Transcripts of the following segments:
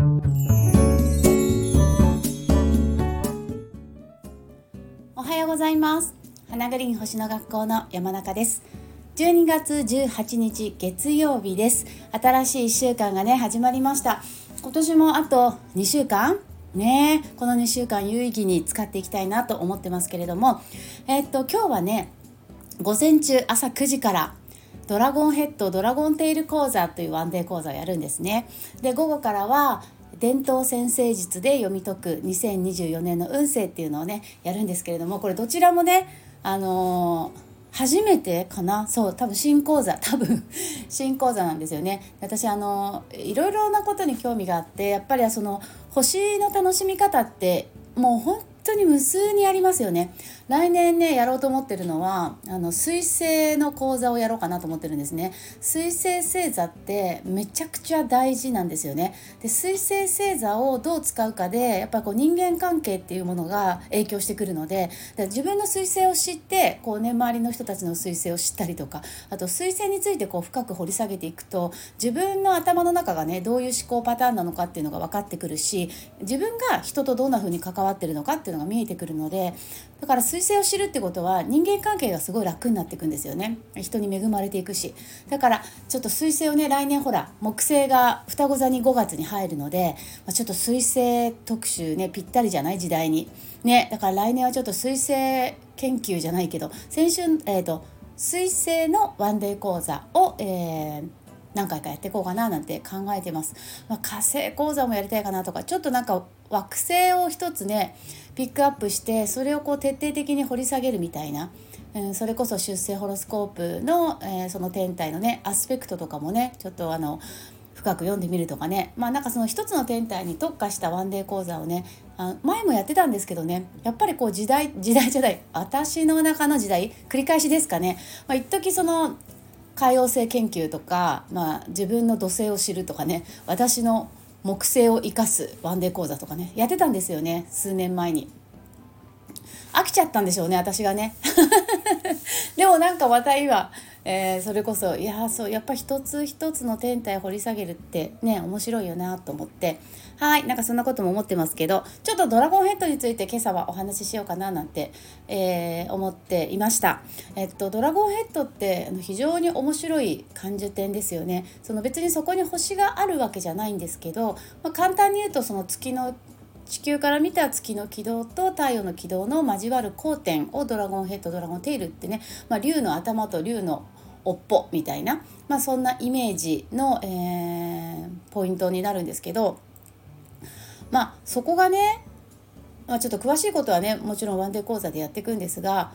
おはようございます。花グリーン星の学校の山中です。12月18日月曜日です。新しい1週間がね始まりました。今年もあと2週間ね、この2週間有意義に使っていきたいなと思ってますけれども、今日はね午前中朝9時からドラゴンヘッドドラゴンテイル講座というワンデー講座をやるんですね。で午後からは伝統占星術で読み解く2024年の運勢っていうのをねやるんですけれども、これどちらもね初めてかな、そう多分新講座なんですよね。私いろいろなことに興味があって、やっぱりその星の楽しみ方ってもう本当に無数にありますよね。来年ねやろうと思ってるのは水星の講座をやろうかなと思ってるんですね。水星星座ってめちゃくちゃ大事なんですよね。で水星星座をどう使うかでやっぱこう人間関係っていうものが影響してくるので、自分の水星を知ってこうね周りの人たちの水星を知ったりとか、あと水星についてこう深く掘り下げていくと自分の頭の中がねどういう思考パターンなのかっていうのが分かってくるし、自分が人とどんな風に関わってるのかっていうのが見えてくるので、だから水星を知るってことは人間関係がすごい楽になっていくんですよね。人に恵まれていくし、だからちょっと水星をね来年ほら木星が双子座に5月に入るので、ちょっと水星特集ねぴったりじゃない時代にね。だから来年はちょっと水星研究じゃないけど先週水星のワンデー講座を、何回かやっていこうかななんて考えてます。火星講座もやりたいかなとか、ちょっとなんか惑星を一つねピックアップしてそれをこう徹底的に掘り下げるみたいな、それこそ出生ホロスコープの、その天体のねアスペクトとかもねちょっと深く読んでみるとかね、なんかその一つの天体に特化したワンデー講座をね前もやってたんですけどね、やっぱりこう時代じゃない私の中の時代繰り返しですかね。一時その海王星研究とか、自分の土星を知るとかね、私の木星を生かすワンデー講座とかねやってたんですよね。数年前に飽きちゃったんでしょうね私がねでもなんかまた今、それこそそうやっぱ一つ一つの天体を掘り下げるってね面白いよなと思って、なんかそんなことも思ってますけど、ちょっとドラゴンヘッドについて今朝はお話ししようかななんて、思っていました。ドラゴンヘッドって非常に面白い感受点ですよね。その別にそこに星があるわけじゃないんですけど、簡単に言うとその地球から見た月の軌道と太陽の軌道の交わる交点をドラゴンヘッドドラゴンテイルってね、竜の頭と竜の尾っぽみたいな、そんなイメージの、ポイントになるんですけど、そこがね、ちょっと詳しいことはねもちろんワンデー講座でやっていくんですが、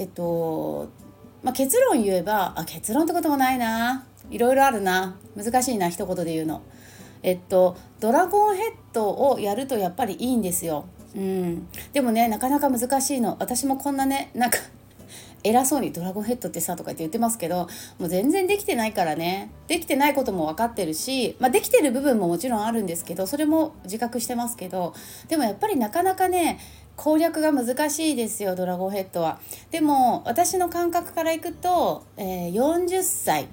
結論言えば結論ってこともないな、いろいろあるな、難しいな一言で言うの。ドラゴンヘッドをやるとやっぱりいいんですよ。でもねなかなか難しいの。私もこんなねなんか偉そうにドラゴンヘッドってさとかって言ってますけど、もう全然できてないからね。できてないことも分かってるし、できてる部分ももちろんあるんですけど、それも自覚してますけど、でもやっぱりなかなかね攻略が難しいですよドラゴンヘッドは。でも私の感覚からいくと、40歳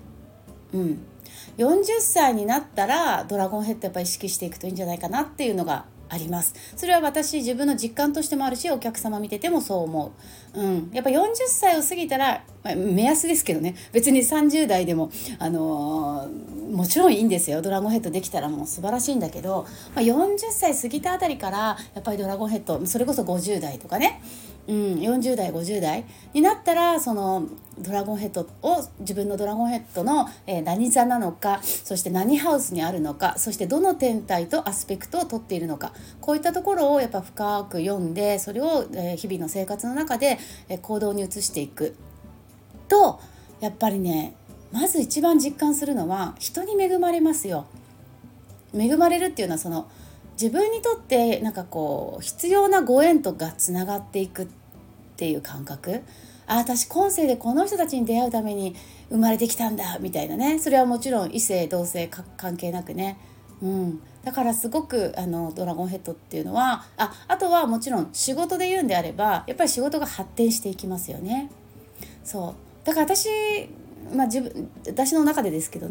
40歳になったらドラゴンヘッドやっぱり意識していくといいんじゃないかなっていうのがあります。それは私自分の実感としてもあるし、お客様見ててもそう思う。やっぱ40歳を過ぎたら、目安ですけどね、別に30代でも、もちろんいいんですよ。ドラゴンヘッドできたらもう素晴らしいんだけど、40歳過ぎたあたりからやっぱりドラゴンヘッド、それこそ50代とかね、40代50代になったらそのドラゴンヘッドを自分のドラゴンヘッドの、何座なのか、そして何ハウスにあるのか、そしてどの天体とアスペクトを取っているのか、こういったところをやっぱ深く読んで、それを、日々の生活の中で、行動に移していくと、やっぱりねまず一番実感するのは人に恵まれますよ。恵まれるっていうのはその自分にとってなんかこう必要なご縁とがつながっていくっていう感覚。私今世でこの人たちに出会うために生まれてきたんだみたいなね。それはもちろん異性同性関係なくね、だからすごくドラゴンヘッドっていうのはあとはもちろん仕事で言うんであればやっぱり仕事が発展していきますよね。そうだから私の中でですけどね、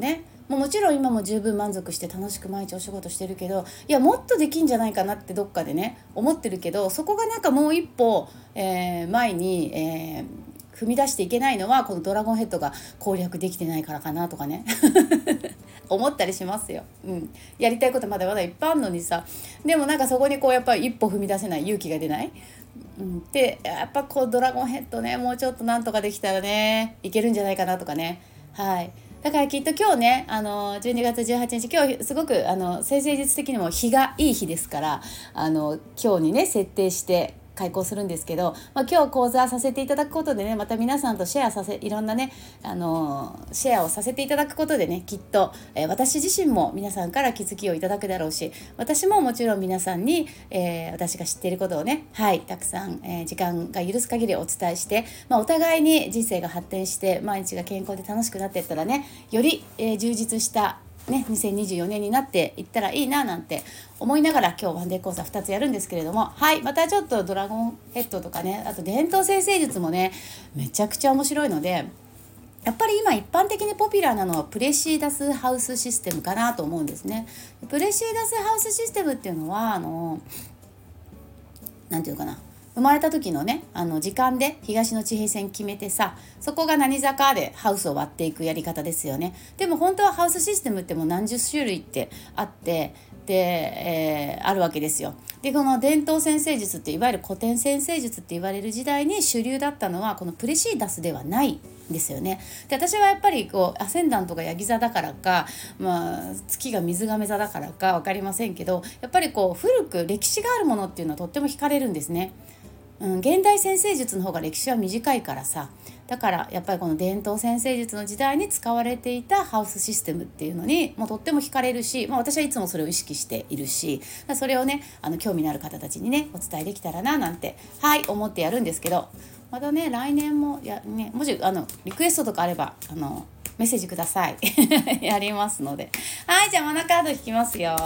もちろん今も十分満足して楽しく毎日お仕事してるけど、いやもっとできんじゃないかなってどっかでね思ってるけど、そこがなんかもう一歩、前に、踏み出していけないのはこのドラゴンヘッドが攻略できてないからかなとかね思ったりしますよ、やりたいことまだまだいっぱいあるのにさ、でもなんかそこにこうやっぱり一歩踏み出せない、勇気が出ない、でやっぱこうドラゴンヘッドね、もうちょっとなんとかできたらねいけるんじゃないかなとかね。はい、だからきっと今日ね12月18日、今日すごく先生術的にも日がいい日ですから、今日にね設定して開講するんですけど、今日講座させていただくことでね、また皆さんといろんなねシェアをさせていただくことでね、きっと、私自身も皆さんから気づきをいただくだろうし、私ももちろん皆さんに、私が知っていることをね、たくさん、時間が許す限りお伝えして、お互いに人生が発展して毎日が健康で楽しくなっていったらね、より、充実した2024年になっていったらいいななんて思いながら、今日ワンデー講座2つやるんですけれども、またちょっとドラゴンヘッドとかね、あと伝統占星術もねめちゃくちゃ面白いので、やっぱり今一般的にポピュラーなのはプレシーダスハウスシステムかなと思うんですね。プレシーダスハウスシステムっていうのはなんていうかな、生まれた時のね時間で東の地平線決めてさ、そこが何坂でハウスを割っていくやり方ですよね。でも本当はハウスシステムってもう何十種類ってあってで、あるわけですよ。でこの伝統占星術っていわゆる古典占星術って言われる時代に主流だったのはこのプレシーダスではないんですよね。で私はやっぱりこうアセンダントがヤギ座だからか、月が水亀座だからか分かりませんけど、やっぱりこう古く歴史があるものっていうのはとっても惹かれるんですね。現代占星術の方が歴史は短いからさ、だからやっぱりこの伝統占星術の時代に使われていたハウスシステムっていうのにもうとっても惹かれるし、私はいつもそれを意識しているし、それをね興味のある方たちにねお伝えできたらななんて思ってやるんですけど、またね来年ももしリクエストとかあればメッセージくださいやりますので。じゃあマナカード引きますよ。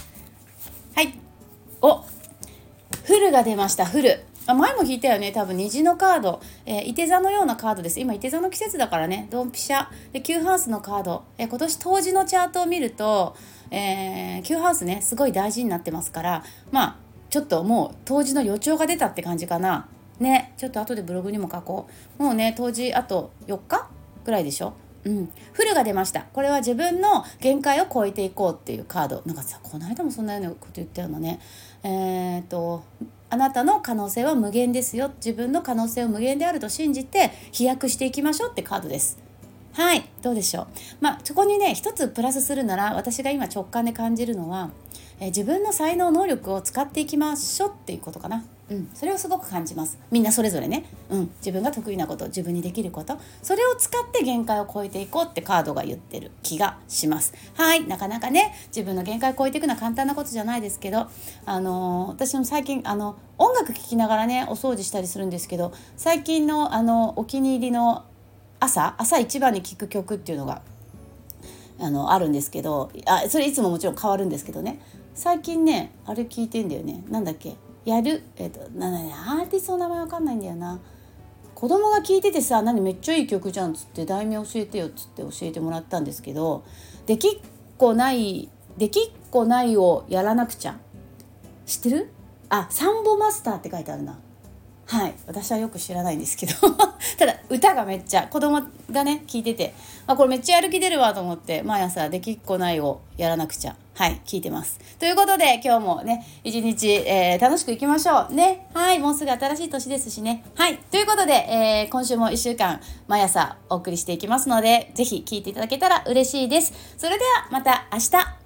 フルが出ました。フル前も引いたよね、多分虹のカード、いて座のようなカードです。今いて座の季節だからね、ドンピシャでQハウスのカード、今年冬至のチャートを見ると、Qハウスねすごい大事になってますから、ちょっともう冬至の予兆が出たって感じかなね。ちょっと後でブログにも書こう。もうね冬至あと4日ぐらいでしょ。フルが出ました。これは自分の限界を超えていこうっていうカード。なんかさ、この間もそんなようなこと言ったようなね。あなたの可能性は無限ですよ、自分の可能性を無限であると信じて飛躍していきましょうってカードです。どうでしょう。そこにね一つプラスするなら、私が今直感で感じるのは、自分の才能能力を使っていきましょうっていうことかな。それをすごく感じます。みんなそれぞれね、自分が得意なこと、自分にできること、それを使って限界を超えていこうってカードが言ってる気がします。なかなかね自分の限界を超えていくのは簡単なことじゃないですけど、私も最近音楽聴きながらねお掃除したりするんですけど、最近のお気に入りの朝一番に聴く曲っていうのがあるんですけど、それいつももちろん変わるんですけどね、最近ねあれ聞いてんだよね。なんだっけ、アーティストの名前わかんないんだよな。子供が聞いててさ、めっちゃいい曲じゃんっつって題名教えてよっつって教えてもらったんですけど、できっこないをやらなくちゃ、知ってる？サンボマスターって書いてあるな。私はよく知らないんですけどただ歌がめっちゃ子供がね聞いてて、これめっちゃやる気出るわと思って毎朝できっこないをやらなくちゃ聞いてます。ということで今日もね一日、楽しくいきましょうね。もうすぐ新しい年ですしね。ということで、今週も1週間毎朝お送りしていきますので、ぜひ聞いていただけたら嬉しいです。それではまた明日。